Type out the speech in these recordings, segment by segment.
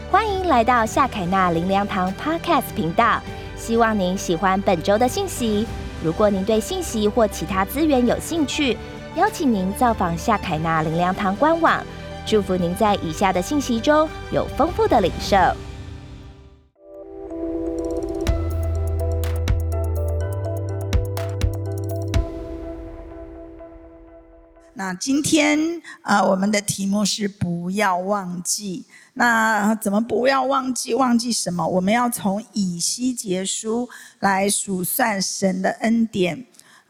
欢迎来到夏凯纳灵粮堂 Podcast 频道，希望您喜欢本周的信息。如果您对信息或其他资源有兴趣，邀请您造访夏凯纳灵粮堂官网。祝福您在以下的信息中有丰富的领受。 那今天我们的题目是不要忘记。那怎么不要忘记？忘记什么？我们要从以西结书来数算神的恩典。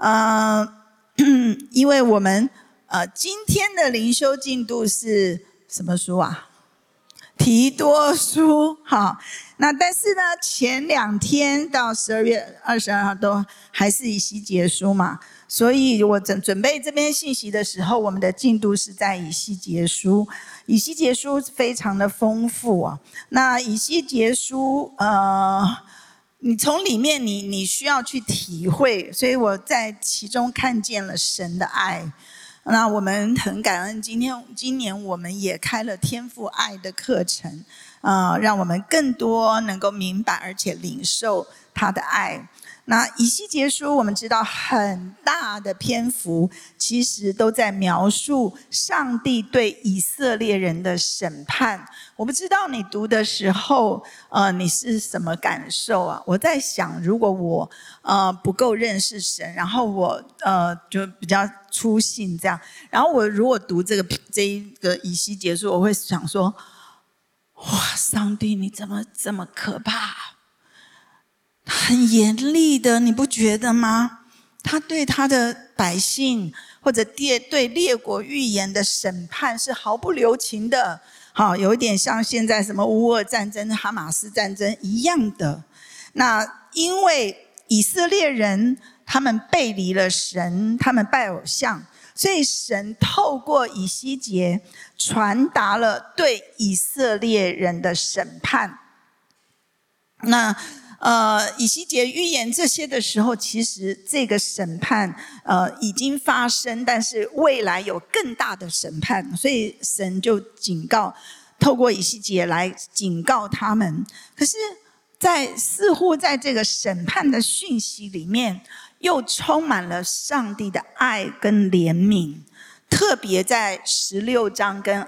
因为我们今天的灵修进度是什么书啊？提多书。好，那但是呢，前2天到12月22号都还是以西结书嘛。所以我准备这边信息的时候，我们的进度是在以西结书。以西结书非常的丰富啊。那以西结书，你从里面你需要去体会，所以我在其中看见了神的爱。那我们很感恩，今年我们也开了天父爱的课程，让我们更多能够明白而且领受他的爱。那以西结书我们知道很大的篇幅其实都在描述上帝对以色列人的审判。我不知道你读的时候你是什么感受啊？我在想，如果我不够认识神，然后我就比较粗信这样，然后我如果读这一个以西结书，我会想说，哇，上帝你怎么这么可怕？很严厉的，你不觉得吗？他对他的百姓或者对列国预言的审判是毫不留情的。好，有一点像现在什么乌俄战争、哈马斯战争一样的。那因为以色列人他们背离了神，他们拜偶像，所以神透过以西结传达了对以色列人的审判。那以西结预言这些的时候，其实这个审判已经发生，但是未来有更大的审判，所以神就警告，透过以西结来警告他们。可是似乎在这个审判的讯息里面，又充满了上帝的爱跟怜悯。特别在16章跟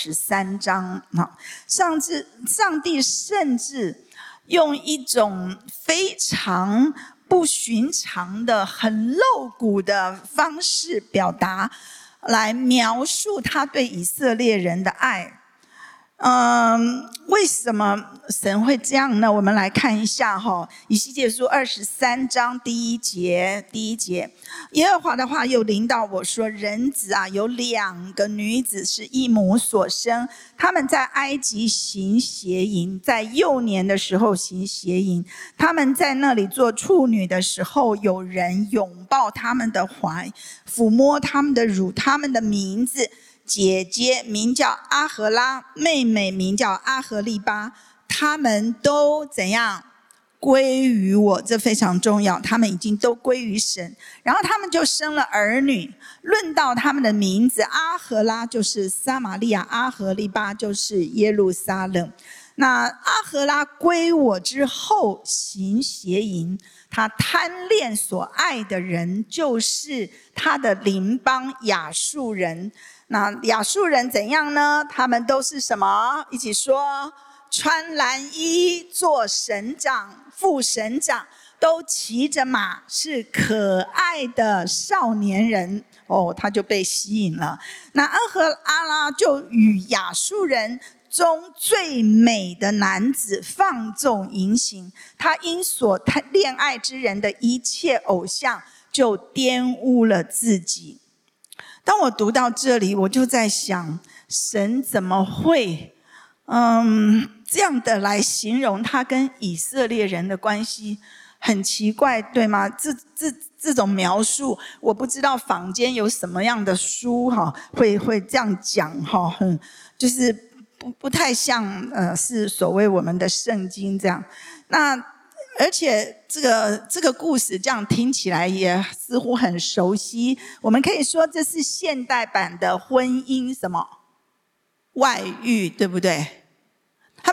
23章，上帝甚至用一种非常不寻常的、很露骨的方式表达，来描述他对以色列人的爱。为什么神会这样呢？我们来看一下以西结书23章第一节，耶和华的话又临到我说，人子啊，有2个女子是一母所生，他们在埃及行邪淫，在幼年的时候行邪淫，他们在那里做处女的时候，有人拥抱他们的怀，抚摸他们的乳，他们的名字，姐姐名叫阿荷拉，妹妹名叫阿荷利巴，他们都怎样？归于我，这非常重要，他们已经都归于神。然后他们就生了儿女，论到他们的名字，阿荷拉就是撒玛利亚，阿荷利巴就是耶路撒冷。那阿荷拉归我之后行邪淫，他贪恋所爱的人，就是他的邻邦亚述人。那亚述人怎样呢？他们都是什么？一起说，穿蓝衣，做省长、副省长，都骑着马，是可爱的少年人。他就被吸引了。那阿荷拉就与亚述人中最美的男子放纵淫行，他因所恋爱之人的一切偶像，就玷污了自己。当我读到这里，我就在想，神怎么会这样的来形容他跟以色列人的关系？很奇怪，对吗？这种描述，我不知道坊间有什么样的书会这样讲就是不太像是所谓我们的圣经这样。那而且这个故事这样听起来也似乎很熟悉，我们可以说这是现代版的婚姻什么外遇，对不对？他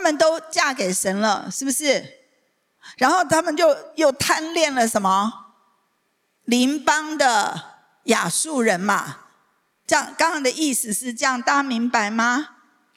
们都嫁给神了，是不是？然后他们就又贪恋了什么？邻邦的亚述人嘛。这样刚刚的意思是这样，大家明白吗？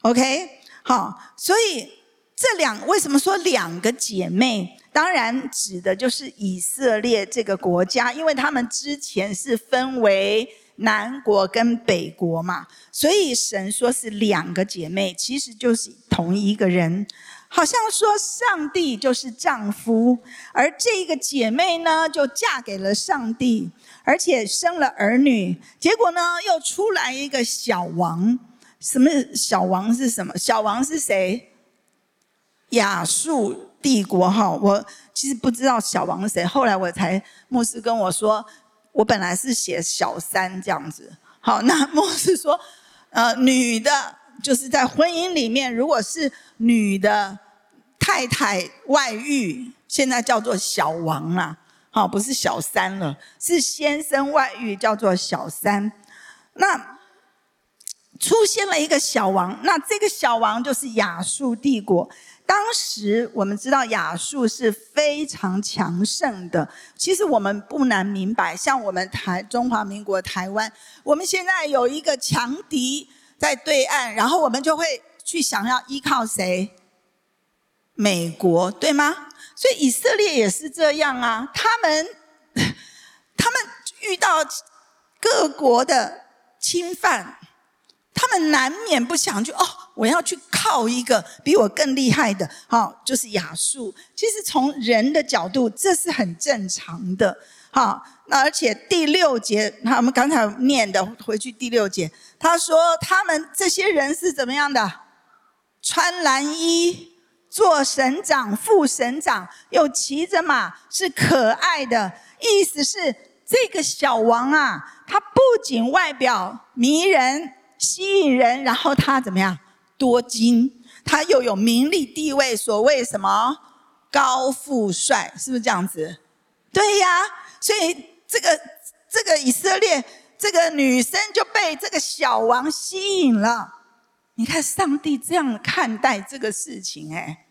OK， 好，所以为什么说两个姐妹？当然指的就是以色列这个国家，因为他们之前是分为南国跟北国嘛，所以神说是两个姐妹，其实就是同一个人。好像说上帝就是丈夫，而这个姐妹呢就嫁给了上帝，而且生了儿女，结果呢又出来一个小王。什么小王是什么？小王是谁？亚述帝国哈，我其实不知道小王是谁，后来牧师跟我说，我本来是写小三这样子。好，那牧师说，女的就是在婚姻里面，如果是女的太太外遇，现在叫做小王啦，好，不是小三了，是先生外遇叫做小三。那出现了一个小王，那这个小王就是亚述帝国。当时我们知道亚述是非常强盛的，其实我们不难明白，像我们中华民国台湾，我们现在有一个强敌在对岸，然后我们就会去想要依靠谁？美国，对吗？所以以色列也是这样啊，他们遇到各国的侵犯，他们难免不想我要去靠一个比我更厉害的，就是亚述。其实从人的角度，这是很正常的。那而且第6节，我们刚才念的，回去第6节，他说他们这些人是怎么样的？穿蓝衣，做省长、副省长，又骑着马，是可爱的。意思是这个小王啊，他不仅外表迷人、吸引人，然后他怎么样？多金，他又有名利地位，所谓什么高富帅，是不是这样子？对呀，所以这个以色列这个女生就被这个小王吸引了。你看上帝这样看待这个事情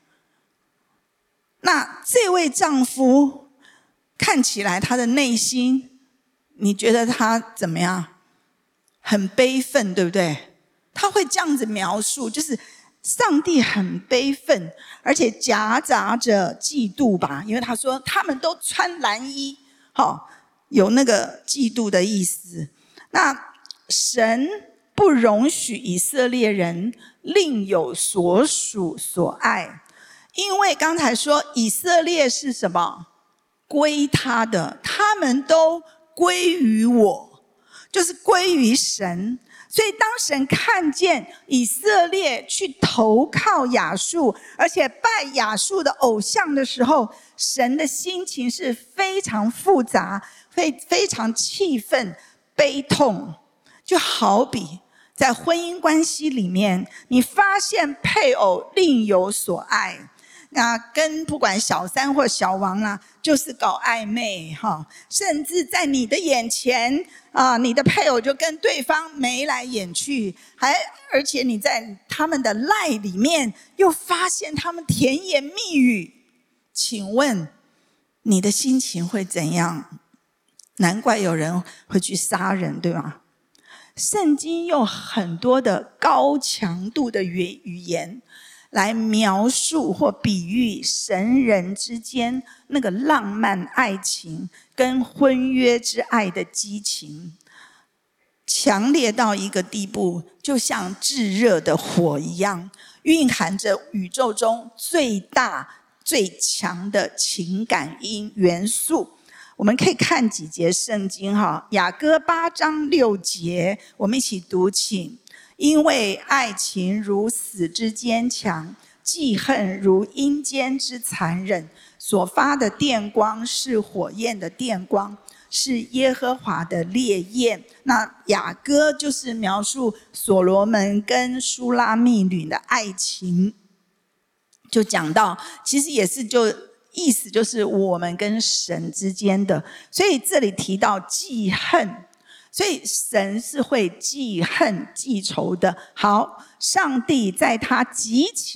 那这位丈夫看起来他的内心，你觉得他怎么样？很悲愤，对不对？他会这样子描述，就是上帝很悲愤，而且夹杂着嫉妒吧，因为他说他们都穿蓝衣，有那个嫉妒的意思。那神不容许以色列人另有所属所爱，因为刚才说以色列是什么？归他的，他们都归于我，就是归于神。所以当神看见以色列去投靠亚述，而且拜亚述的偶像的时候，神的心情是非常复杂，非常气愤、悲痛。就好比在婚姻关系里面，你发现配偶另有所爱，那跟不管小三或小王就是搞暧昧甚至在你的眼前你的配偶就跟对方眉来眼去，而且你在他们的LINE里面又发现他们甜言蜜语，请问你的心情会怎样？难怪有人会去杀人，对吗？圣经用很多的高强度的语言来描述或比喻神人之间那个浪漫爱情跟婚约之爱的激情，强烈到一个地步，就像炙热的火一样，蕴含着宇宙中最大最强的情感元素。我们可以看几节圣经雅歌8章6节，我们一起读请。因为爱情如死之坚强，记恨如阴间之残忍，所发的电光是火焰的电光，是耶和华的烈焰。那雅歌就是描述所罗门跟书拉密女的爱情，就讲到其实也是意思就是我们跟神之间的，所以这里提到记恨，所以神是会记恨记仇的。好，上帝在他极其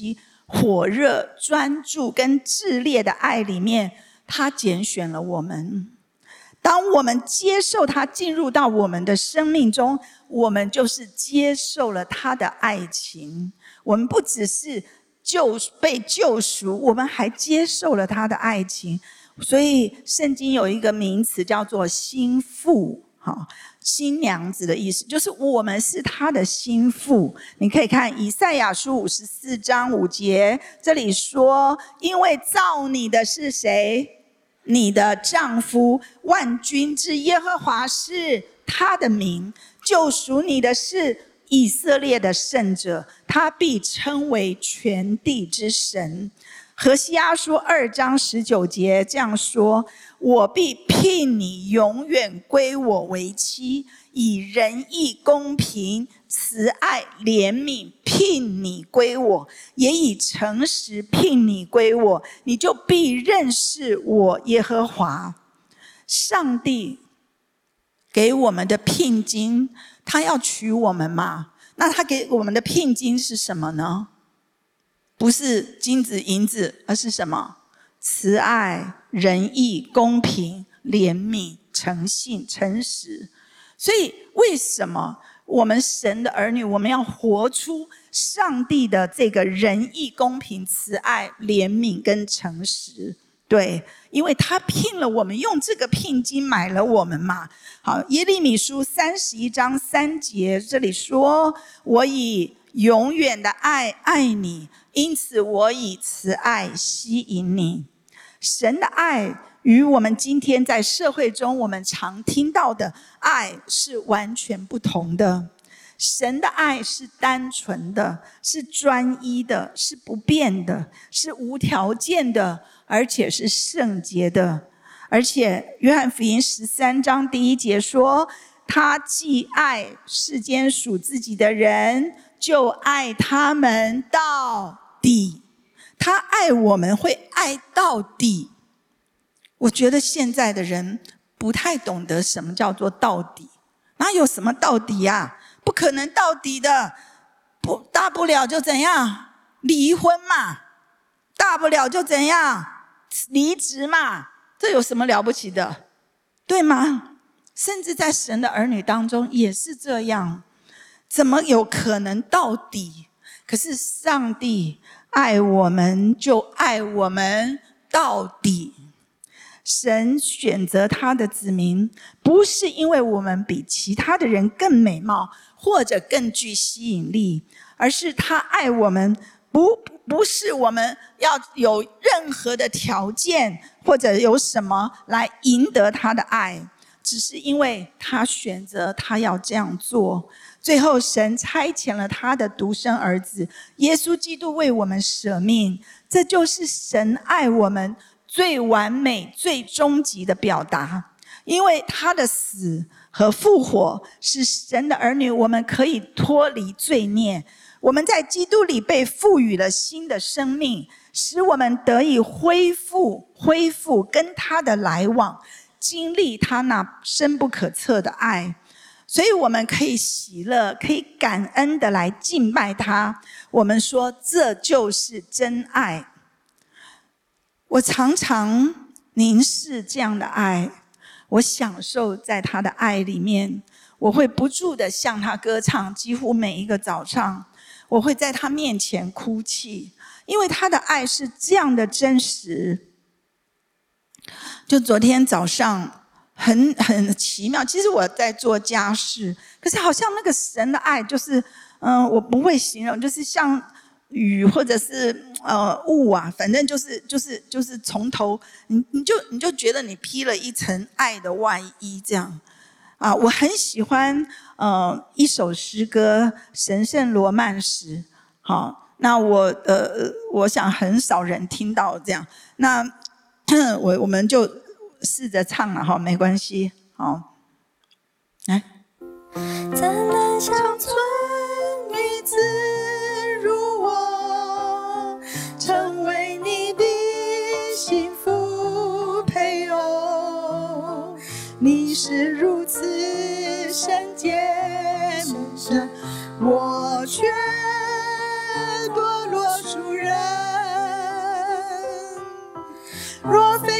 火热、专注跟炽烈的爱里面，他拣选了我们。当我们接受他进入到我们的生命中，我们就是接受了他的爱情。我们不只是被救赎，我们还接受了他的爱情。所以圣经有一个名词叫做心腹，新娘子的意思，就是我们是他的心腹。你可以看以赛亚书54章5节，这里说，因为造你的是谁？你的丈夫，万军之耶和华是他的名，救赎你的是以色列的圣者，他必称为全地之神。何西阿书2章19节这样说，我必聘你永远归我为妻，以仁义公平慈爱怜悯聘你归我，也以诚实聘你归我，你就必认识我耶和华。上帝给我们的聘金，他要娶我们嘛？那他给我们的聘金是什么呢？不是金子银子，而是什么？慈爱、仁义、公平、怜悯、诚信、诚实。所以为什么我们神的儿女，我们要活出上帝的这个仁义、公平、慈爱、怜悯跟诚实？对，因为他聘了我们，用这个聘金买了我们嘛。好，耶利米书31章3节，这里说，我以永远的爱爱你，因此我以慈爱吸引你。神的爱与我们今天在社会中我们常听到的爱是完全不同的。神的爱是单纯的，是专一的，是不变的，是无条件的，而且是圣洁的。而且约翰福音13章1节说，他既爱世间属自己的人，就爱他们到底。他爱我们会爱到底。我觉得现在的人不太懂得什么叫做到底，哪有什么到底啊？不可能到底的，大不了就怎样？离婚嘛，大不了就怎样？离职嘛，这有什么了不起的？对吗？甚至在神的儿女当中也是这样，怎么有可能到底？可是上帝爱我们就爱我们到底。神选择他的子民，不是因为我们比其他的人更美貌或者更具吸引力，而是他爱我们，不是我们要有任何的条件或者有什么来赢得他的爱，只是因为他选择他要这样做。最后神差遣了他的独生儿子耶稣基督为我们舍命，这就是神爱我们最完美最终极的表达。因为他的死和复活使神的儿女我们可以脱离罪孽，我们在基督里被赋予了新的生命，使我们得以恢复跟他的来往，经历他那深不可测的爱。所以我们可以喜乐，可以感恩的来敬拜他。我们说这就是真爱。我常常凝视这样的爱，我享受在他的爱里面，我会不住的向他歌唱，几乎每一个早上我会在他面前哭泣，因为他的爱是这样的真实。就昨天早上很奇妙，其实我在做家事，可是好像那个神的爱就是我不会形容，就是像雨或者是雾啊，反正就是从头你就觉得你披了一层爱的外衣这样啊。我很喜欢一首诗歌《神圣罗曼史》。好，那我想很少人听到这样，那我们就试着唱了哈，没关系。好，来。 灿烂乡村女子如我，成为你的幸福配偶。你是如此圣洁美善，我却堕落俗人。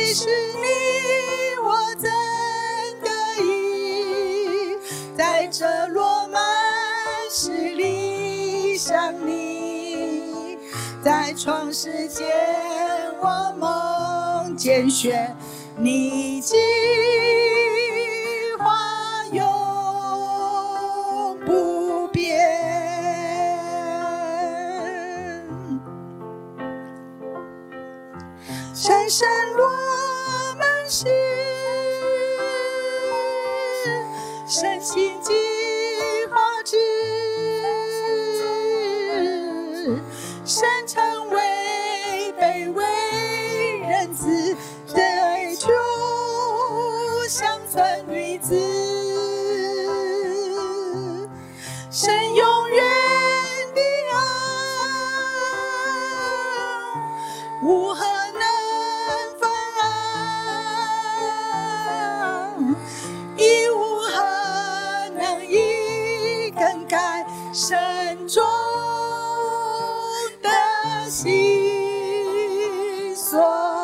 是你，我怎可以在这落满时里想你？在创世间，我梦见选你计划永不变。闪闪落满时，深情计划之，深常为卑微人子，对主乡村女子，神永远的爱，无何能分安，亦无何能以更改神中的心所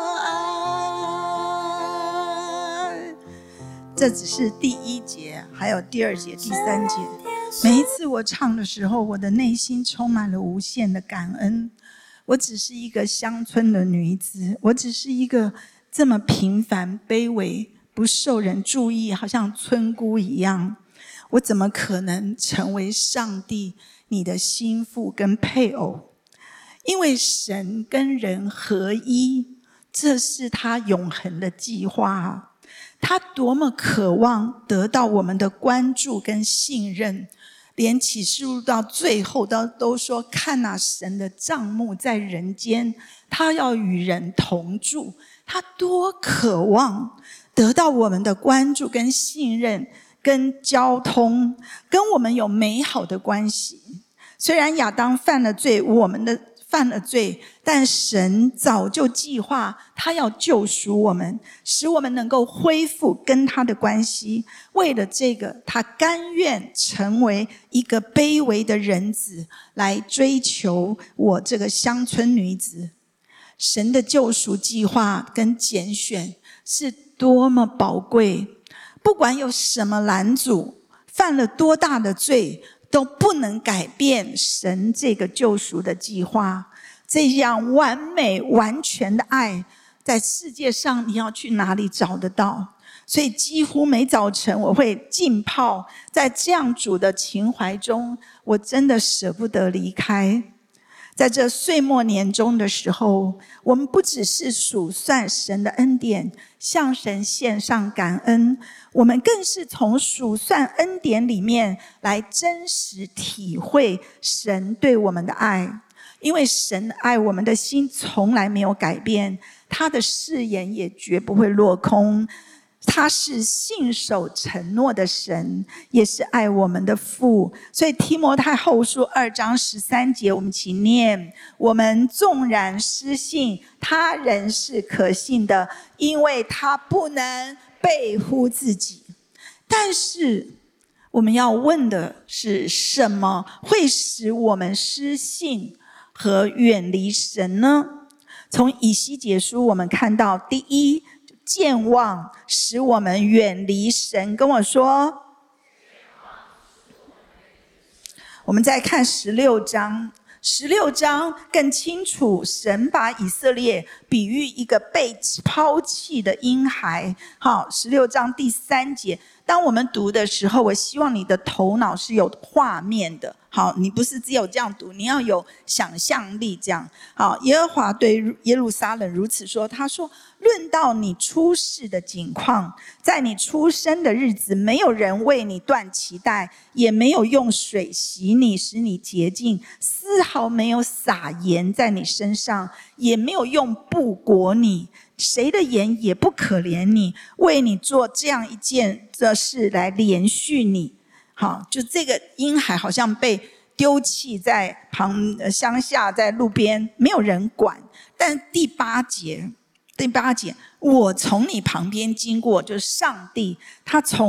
爱。 这只是第1节，还有第2节、第3节。每一次我唱的时候，我的内心充满了无限的感恩。我只是一个乡村的女子，我只是一个这么平凡、卑微、不受人注意，好像村姑一样。我怎么可能成为上帝你的心腹跟配偶？因为神跟人合一，这是他永恒的计划。他多么渴望得到我们的关注跟信任，连启示录到最后都说，看哪，神的帐幕在人间，他要与人同住。他多渴望得到我们的关注跟信任跟交通，跟我们有美好的关系。虽然亚当犯了罪，我们的犯了罪，但神早就计划他要救赎我们，使我们能够恢复跟他的关系。为了这个，他甘愿成为一个卑微的人子，来追求我这个乡村女子。神的救赎计划跟拣选是多么宝贵，不管有什么拦阻，犯了多大的罪，都不能改变神这个救赎的计划。这样完美完全的爱，在世界上你要去哪里找得到？所以几乎每早晨我会浸泡在这样主的情怀中，我真的舍不得离开。在这岁末年终的时候，我们不只是数算神的恩典，向神献上感恩，我们更是从数算恩典里面来真实体会神对我们的爱。因为神爱我们的心从来没有改变，他的誓言也绝不会落空。他是信守承诺的神，也是爱我们的父。所以提摩太后书2章13节，我们一起念：我们纵然失信，他仍是可信的，因为他不能背乎自己。但是我们要问的是，什么会使我们失信和远离神呢？从以西结书我们看到，第一，健忘使我们远离神。跟我说，我们再看16章，16章更清楚，神把以色列比喻一个被抛弃的婴孩。好，16章第3节，当我们读的时候，我希望你的头脑是有画面的。好，你不是只有这样读，你要有想象力。这样，好，耶和华对耶路撒冷如此说，他说：论到你出世的景况，在你出生的日子，没有人为你断脐带，也没有用水洗你，使你洁净，丝毫没有撒盐在你身上，也没有用布裹你，谁的盐也不可怜你，为你做这样一件的事来连续你。好，就这个婴孩好像被丢弃在乡下，在路边，没有人管。但第八节，我从你旁边经过，就是上帝，他从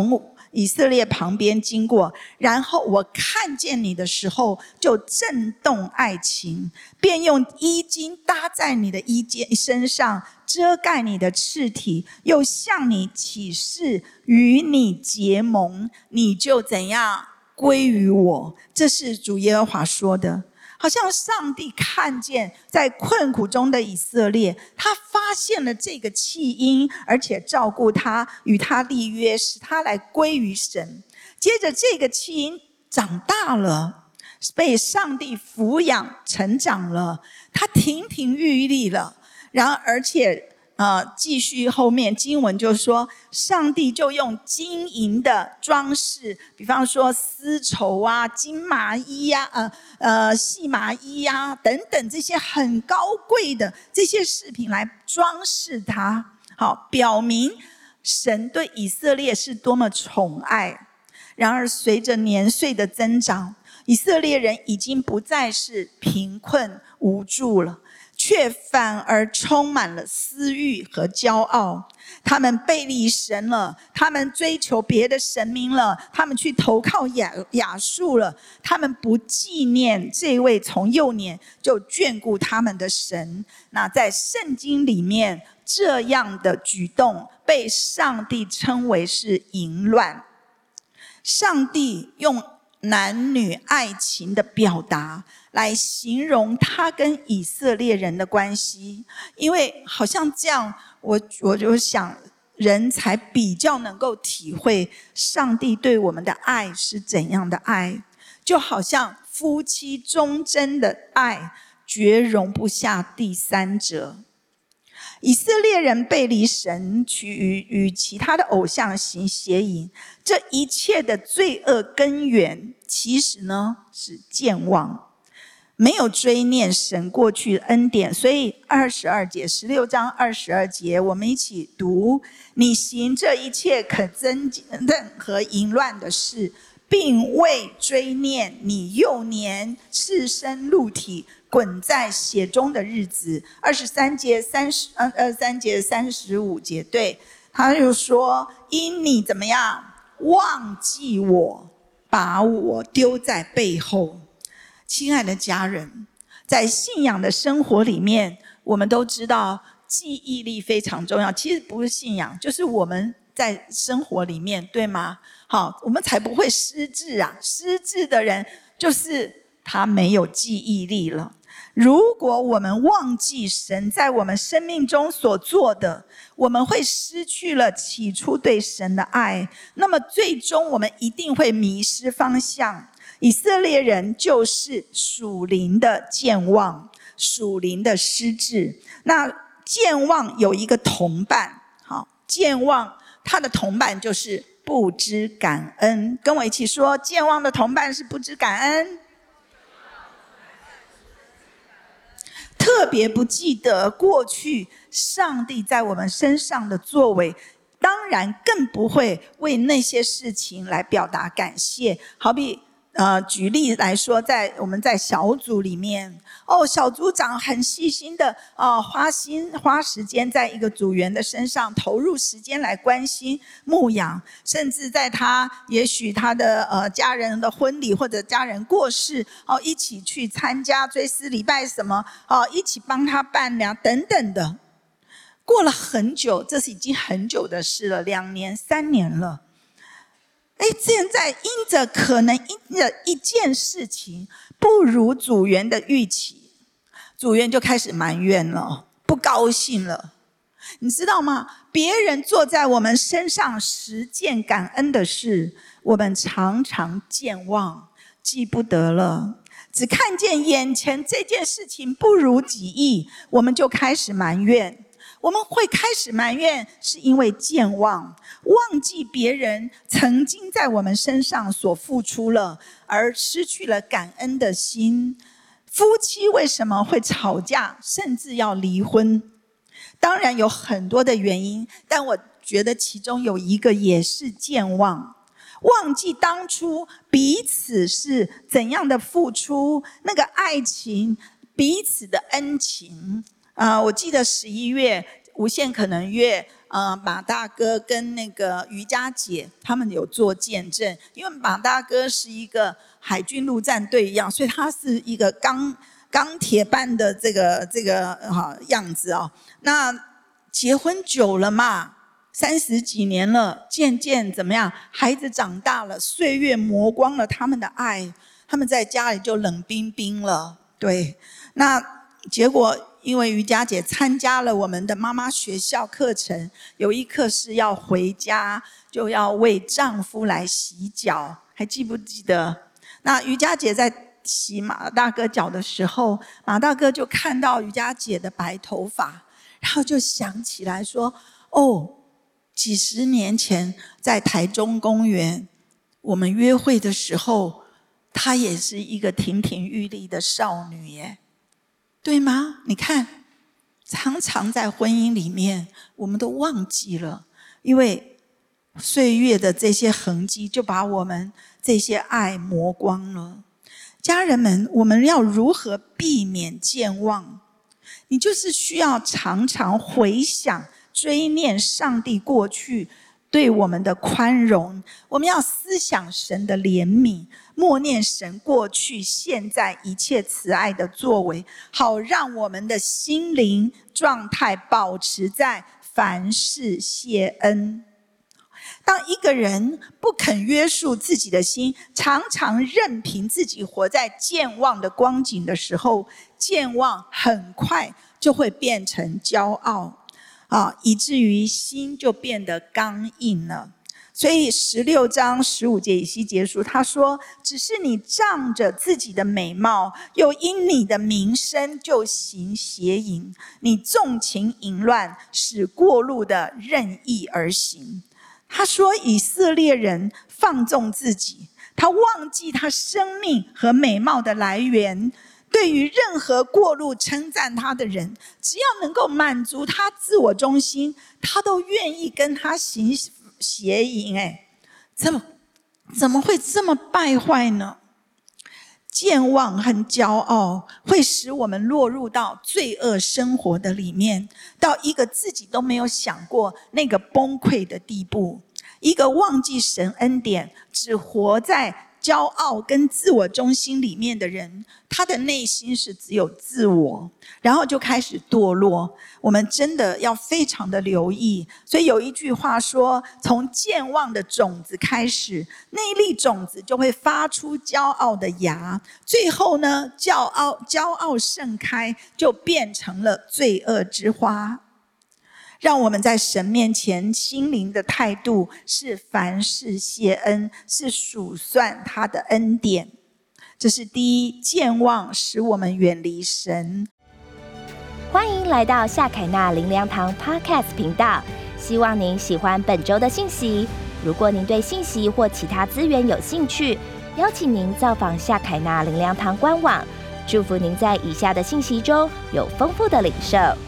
以色列旁边经过，然后我看见你的时候，就震动爱情，便用衣襟搭在你的身上，遮盖你的赤体，又向你起誓，与你结盟，你就怎样归于我。这是主耶和华说的。好像上帝看见在困苦中的以色列，他发现了这个弃婴，而且照顾他，与他立约，使他来归于神。接着这个弃婴长大了，被上帝抚养成长了，他亭亭玉立了。然后而且继续后面经文就说，上帝就用金银的装饰，比方说丝绸啊、金麻衣啊、细麻衣啊等等，这些很高贵的这些饰品来装饰它，好，表明神对以色列是多么宠爱。然而随着年岁的增长，以色列人已经不再是贫困无助了，却反而充满了私欲和骄傲。他们背离神了，他们追求别的神明了，他们去投靠亚述了，他们不纪念这位从幼年就眷顾他们的神。那在圣经里面，这样的举动被上帝称为是淫乱。上帝用男女爱情的表达来形容他跟以色列人的关系，因为好像这样，我就想人才比较能够体会上帝对我们的爱是怎样的爱。就好像夫妻忠贞的爱绝容不下第三者。以色列人背离神，与其他的偶像行邪淫，这一切的罪恶根源其实呢是健忘，没有追念神过去的恩典。所以22节16章22节我们一起读，你行这一切可憎恨和淫乱的事，并未追念你幼年赤身露体滚在血中的日子。23节35节，对，他就说，因你怎么样忘记我，把我丢在背后。亲爱的家人，在信仰的生活里面，我们都知道记忆力非常重要。其实不是信仰，就是我们在生活里面，对吗？好，我们才不会失智啊。失智的人就是他没有记忆力了。如果我们忘记神在我们生命中所做的，我们会失去了起初对神的爱，那么最终我们一定会迷失方向。以色列人就是属灵的健忘，属灵的失智。那健忘有一个同伴，好，健忘他的同伴就是不知感恩。跟我一起说，健忘的同伴是不知感恩。特别不记得过去上帝在我们身上的作为，当然更不会为那些事情来表达感谢。好比举例来说，我们在小组里面，小组长很细心的花时间在一个组员的身上，投入时间来关心牧养，甚至在也许他的家人的婚礼或者家人过世，一起去参加追思礼拜什么，一起帮他办了等等的。过了很久，这是已经很久的事了，2年3年了。现在可能因着一件事情不如组员的预期，组员就开始埋怨了，不高兴了。你知道吗？别人做在我们身上实践感恩的事，我们常常健忘，记不得了。只看见眼前这件事情不如己意，我们就开始埋怨。我们会开始埋怨，是因为健忘，忘记别人曾经在我们身上所付出了，而失去了感恩的心。夫妻为什么会吵架，甚至要离婚？当然有很多的原因，但我觉得其中有一个也是健忘，忘记当初彼此是怎样的付出，那个爱情，彼此的恩情。我记得11月无限可能月马大哥跟那个瑜伽姐他们有做见证，因为马大哥是一个海军陆战队一样，所以他是一个钢铁般的这个样子哦。那结婚久了嘛，30几年了，渐渐怎么样？孩子长大了，岁月磨光了他们的爱，他们在家里就冷冰冰了。对，那结果因为瑜伽姐参加了我们的妈妈学校课程，有一课是要回家就要为丈夫来洗脚，还记不记得？那瑜伽姐在洗马大哥脚的时候，马大哥就看到瑜伽姐的白头发，然后就想起来说，几十年前在台中公园我们约会的时候，她也是一个亭亭玉立的少女耶，对吗？你看，常常在婚姻里面我们都忘记了，因为岁月的这些痕迹就把我们这些爱磨光了。家人们，我们要如何避免健忘？你就是需要常常回想追念上帝过去对我们的宽容，我们要思想神的怜悯，默念神过去现在一切慈爱的作为，好让我们的心灵状态保持在凡事谢恩。当一个人不肯约束自己的心，常常任凭自己活在健忘的光景的时候，健忘很快就会变成骄傲以至于心就变得刚硬了。所以16章15节以西结书，他说，只是你仗着自己的美貌，又因你的名声就行邪淫，你纵情淫乱，使过路的任意而行。他说以色列人放纵自己，他忘记他生命和美貌的来源，对于任何过路称赞他的人，只要能够满足他自我中心，他都愿意跟他行邪淫。怎么会这么败坏呢？健忘和骄傲会使我们落入到罪恶生活的里面，到一个自己都没有想过那个崩溃的地步。一个忘记神恩典，只活在骄傲跟自我中心里面的人，他的内心是只有自我，然后就开始堕落。我们真的要非常的留意。所以有一句话说，从健忘的种子开始，那一粒种子就会发出骄傲的芽，最后呢，骄傲盛开，就变成了罪恶之花。让我们在神面前心灵的态度是凡事谢恩，是数算他的恩典。这是第一，健忘使我们远离神。 欢迎来到夏凯纳灵粮堂 Podcast 频道，希望您喜欢本周的信息。如果您对信息或其他资源有兴趣，邀请您造访夏凯纳灵粮堂官网。祝福您在以下的信息中有丰富的领受。